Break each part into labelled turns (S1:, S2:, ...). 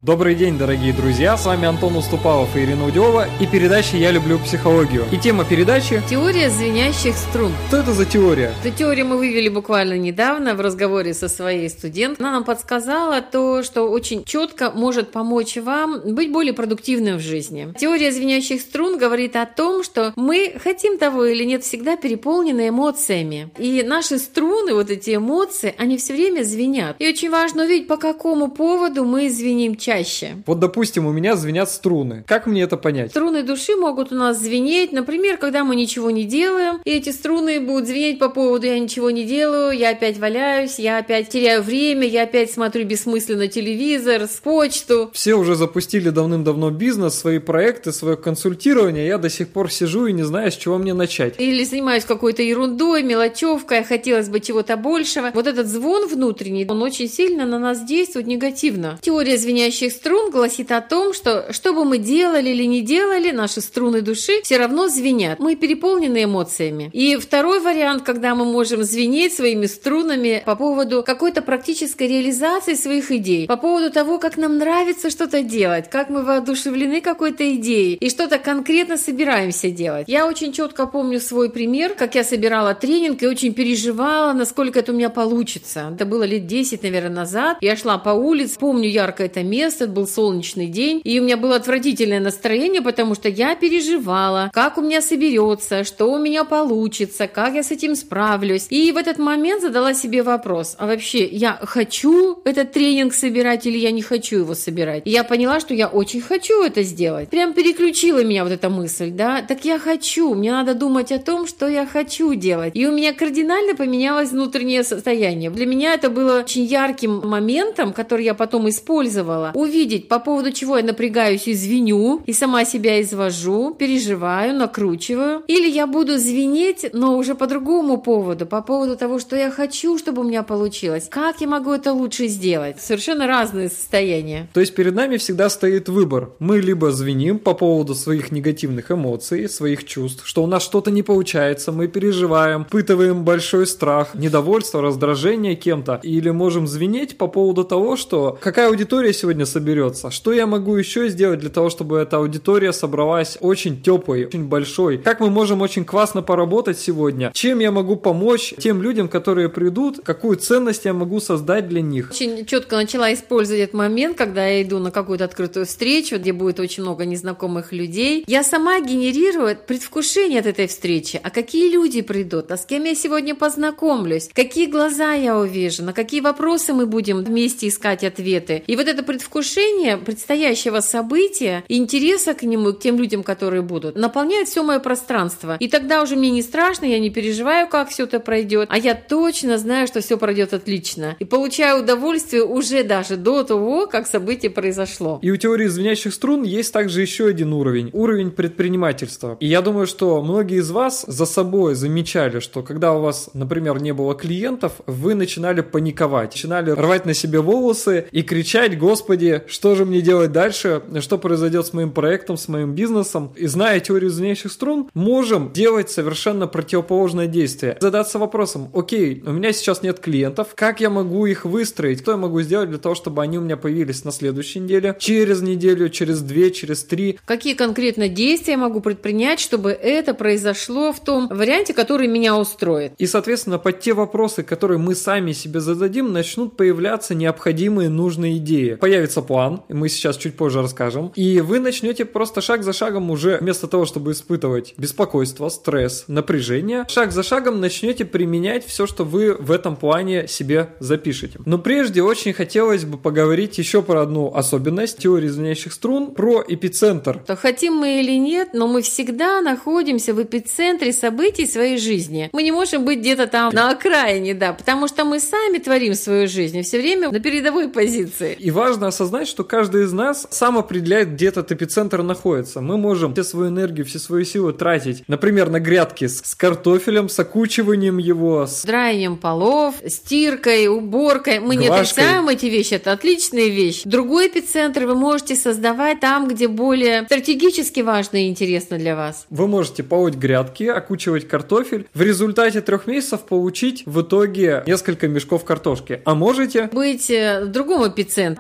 S1: Добрый день, дорогие друзья, с вами Антон Уступалов и Ирина Удилова и передача «Я люблю психологию». И тема передачи
S2: «Теория звенящих струн».
S1: Что это за теория?
S2: Эту теорию мы вывели буквально недавно в разговоре со своей студенткой. Она нам подсказала то, что очень четко может помочь вам быть более продуктивным в жизни. Теория звенящих струн говорит о том, что мы, хотим того или нет, всегда переполнены эмоциями. И наши струны, вот эти эмоции, они все время звенят. И очень важно увидеть, по какому поводу мы звеним чаще.
S1: Вот, допустим, у меня звенят струны. Как мне это понять?
S2: Струны души могут у нас звенеть, например, когда мы ничего не делаем, и эти струны будут звенеть по поводу «я ничего не делаю», «я опять валяюсь», «я опять теряю время», «я опять смотрю бессмысленно телевизор, с почту».
S1: Все уже запустили давным-давно бизнес, свои проекты, свое консультирование, я до сих пор сижу и не знаю, с чего мне начать.
S2: Или занимаюсь какой-то ерундой, мелочевкой, хотелось бы чего-то большего. Вот этот звон внутренний, он очень сильно на нас действует негативно. Теория звенящих струн гласит о том, что бы мы делали или не делали, наши струны души все равно звенят. Мы переполнены эмоциями. И второй вариант, когда мы можем звенеть своими струнами по поводу какой-то практической реализации своих идей, по поводу того, как нам нравится что-то делать, как мы воодушевлены какой-то идеей и что-то конкретно собираемся делать. Я очень четко помню свой пример, как я собирала тренинг и очень переживала, насколько это у меня получится. Это было лет 10, наверное, назад. Я шла по улице, помню ярко это место, это был солнечный день, и у меня было отвратительное настроение, потому что я переживала, как у меня соберется, что у меня получится, как я с этим справлюсь. И в этот момент задала себе вопрос, а вообще я хочу этот тренинг собирать или я не хочу его собирать? И я поняла, что я очень хочу это сделать. Прям переключила меня вот эта мысль, да, так я хочу, мне надо думать о том, что я хочу делать. И у меня кардинально поменялось внутреннее состояние. Для меня это было очень ярким моментом, который я потом использовала. Увидеть, по поводу чего я напрягаюсь и звеню, и сама себя извожу, переживаю, накручиваю. Или я буду звенеть, но уже по другому поводу, по поводу того, что я хочу, чтобы у меня получилось. Как я могу это лучше сделать? Совершенно разные состояния.
S1: То есть перед нами всегда стоит выбор. Мы либо звеним по поводу своих негативных эмоций, своих чувств, что у нас что-то не получается, мы переживаем, испытываем большой страх, недовольство, раздражение кем-то, или можем звенеть по поводу того, что какая аудитория сегодня соберется, что я могу еще сделать для того, чтобы эта аудитория собралась очень теплой, очень большой, как мы можем очень классно поработать сегодня, чем я могу помочь тем людям, которые придут, какую ценность я могу создать для них.
S2: Очень четко начала использовать этот момент, когда я иду на какую-то открытую встречу, где будет очень много незнакомых людей. Я сама генерирую предвкушение от этой встречи. А какие люди придут? А с кем я сегодня познакомлюсь? Какие глаза я увижу? На какие вопросы мы будем вместе искать ответы? И вот это предвкушение предстоящего события, интереса к нему, к тем людям, которые будут, наполняет все мое пространство. И тогда уже мне не страшно, я не переживаю, как все это пройдет, а я точно знаю, что все пройдет отлично. И получаю удовольствие уже даже до того, как событие произошло.
S1: И у теории звенящих струн есть также еще один уровень. Уровень предпринимательства. И я думаю, что многие из вас за собой замечали, что когда у вас, например, не было клиентов, вы начинали паниковать, начинали рвать на себе волосы и кричать: «Господи, что же мне делать дальше? Что произойдет с моим проектом, с моим бизнесом?» И зная теорию звенящих струн, можем делать совершенно противоположное действие. Задаться вопросом: окей, у меня сейчас нет клиентов, как я могу их выстроить? Что я могу сделать для того, чтобы они у меня появились на следующей неделе, через неделю, через 2, через 3?
S2: Какие конкретно действия я могу предпринять, чтобы это произошло в том варианте, который меня устроит?
S1: И, соответственно, под те вопросы, которые мы сами себе зададим, начнут появляться необходимые, нужные идеи. Появится план, мы сейчас чуть позже расскажем, и вы начнете просто шаг за шагом уже, вместо того, чтобы испытывать беспокойство, стресс, напряжение, шаг за шагом начнете применять все, что вы в этом плане себе запишете. Но прежде очень хотелось бы поговорить еще про одну особенность теории звенящих струн, про эпицентр.
S2: Хотим мы или нет, но мы всегда находимся в эпицентре событий своей жизни. Мы не можем быть где-то там на окраине, да, потому что мы сами творим свою жизнь, все время на передовой позиции.
S1: И важно осознать, что каждый из нас сам определяет, где этот эпицентр находится. Мы можем всю свою энергию, все свои силы тратить, например, на грядки с картофелем, с окучиванием его, с
S2: драением полов, стиркой, уборкой. Мы не отрицаем эти вещи, это отличные вещи. Другой эпицентр вы можете создавать там, где более стратегически важно и интересно для вас.
S1: Вы можете полоть грядки, окучивать картофель, в результате 3 месяцев получить в итоге несколько мешков картошки. А можете
S2: быть в другом эпицентре, помогать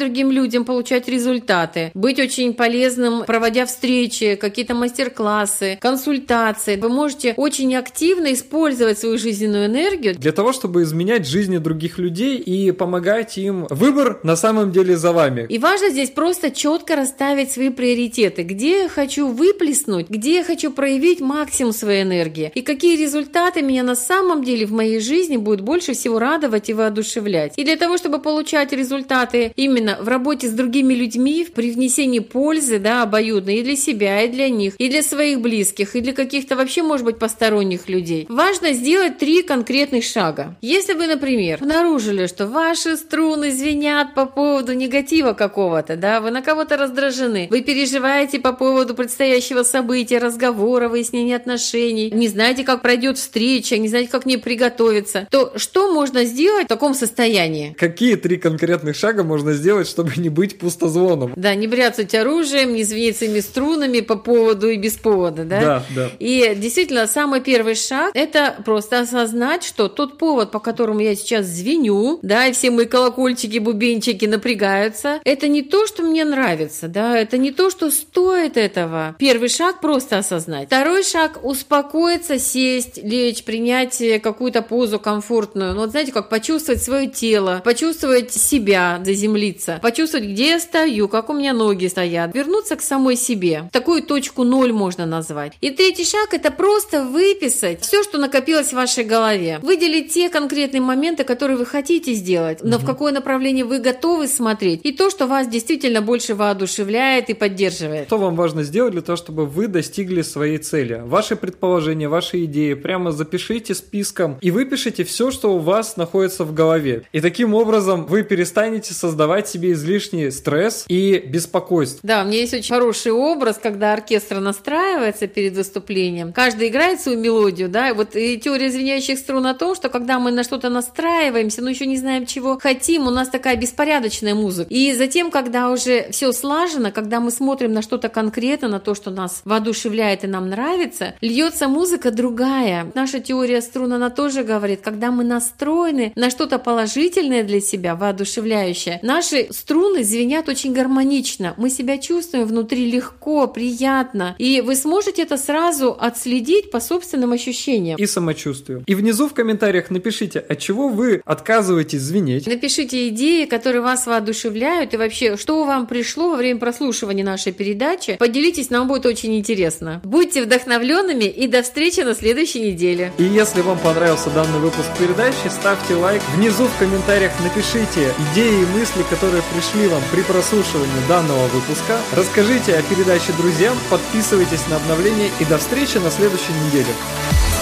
S2: другим людям, получать результаты, быть очень полезным, проводя встречи, какие-то мастер-классы, консультации. Вы можете очень активно использовать свою жизненную энергию
S1: для того, чтобы изменять жизни других людей и помогать им. Выбор на самом деле за вами.
S2: И важно здесь просто четко расставить свои приоритеты. Где я хочу выплеснуть, где я хочу проявить максимум своей энергии. И какие результаты меня на самом деле в моей жизни будут больше всего радовать и воодушевлять. И для того, чтобы получать результаты именно в работе с другими людьми, при внесении пользы, да, обоюдной и для себя, и для них, и для своих близких, и для каких-то вообще, может быть, посторонних людей, важно сделать 3 конкретных шага. Если вы, например, обнаружили, что ваши струны звенят по поводу негатива какого-то, да, вы на кого-то раздражены, вы переживаете по поводу предстоящего события, разговора, выяснения отношений, не знаете, как пройдет встреча, не знаете, как к ней приготовиться, то что можно сделать в таком состоянии?
S1: Какие 3 конкретных шага можно сделать, чтобы не быть пустозвоном?
S2: Да, не бряцать оружием, не звенеть своими струнами по поводу и без повода, да?
S1: Да, да.
S2: И действительно, самый первый шаг – это просто осознать, что тот повод, по которому я сейчас звеню, да, и все мои колокольчики, бубенчики напрягаются, это не то, что мне нравится, да, это не то, что стоит этого. Первый шаг – просто осознать. Второй шаг – успокоиться, сесть, лечь, принять какую-то позу комфортную. Ну, вот знаете, как почувствовать свое тело, почувствовать себя, заземлиться, почувствовать, где я стою, как у меня ноги стоят, вернуться к самой себе. Такую точку 0 можно назвать. И третий шаг – это просто выписать все, что накопилось в вашей голове. Выделить те конкретные моменты, которые вы хотите сделать, но в какое направление вы готовы смотреть, и то, что вас действительно больше воодушевляет и поддерживает.
S1: Что вам важно сделать для того, чтобы вы достигли своей цели? Ваши предположения, ваши идеи прямо запишите списком и выпишите все, что у вас находится в голове. И таким образом вы перестанете создавать себе излишний стресс и беспокойство.
S2: Да, у меня есть очень хороший образ, когда оркестр настраивается перед выступлением. Каждый играет свою мелодию, да, и теория звенящих струн о том, что когда мы на что-то настраиваемся, но еще не знаем, чего хотим, у нас такая беспорядочная музыка. И затем, когда уже все слажено, когда мы смотрим на что-то конкретно, на то, что нас воодушевляет и нам нравится, льется музыка другая. Наша теория струн, она тоже говорит, когда мы настроены на что-то положительное для себя, воодушевляющее, наши струны звенят очень гармонично. Мы себя чувствуем внутри легко, приятно. И вы сможете это сразу отследить по собственным ощущениям.
S1: И самочувствию. И внизу в комментариях напишите, от чего вы отказываетесь звенеть.
S2: Напишите идеи, которые вас воодушевляют, и вообще, что вам пришло во время прослушивания нашей передачи. Поделитесь, нам будет очень интересно. Будьте вдохновленными и до встречи на следующей неделе.
S1: И если вам понравился данный выпуск передачи, ставьте лайк. Внизу в комментариях напишите идеи и мысли, которые пришли вам при прослушивании данного выпуска. Расскажите о передаче друзьям, подписывайтесь на обновления и до встречи на следующей неделе.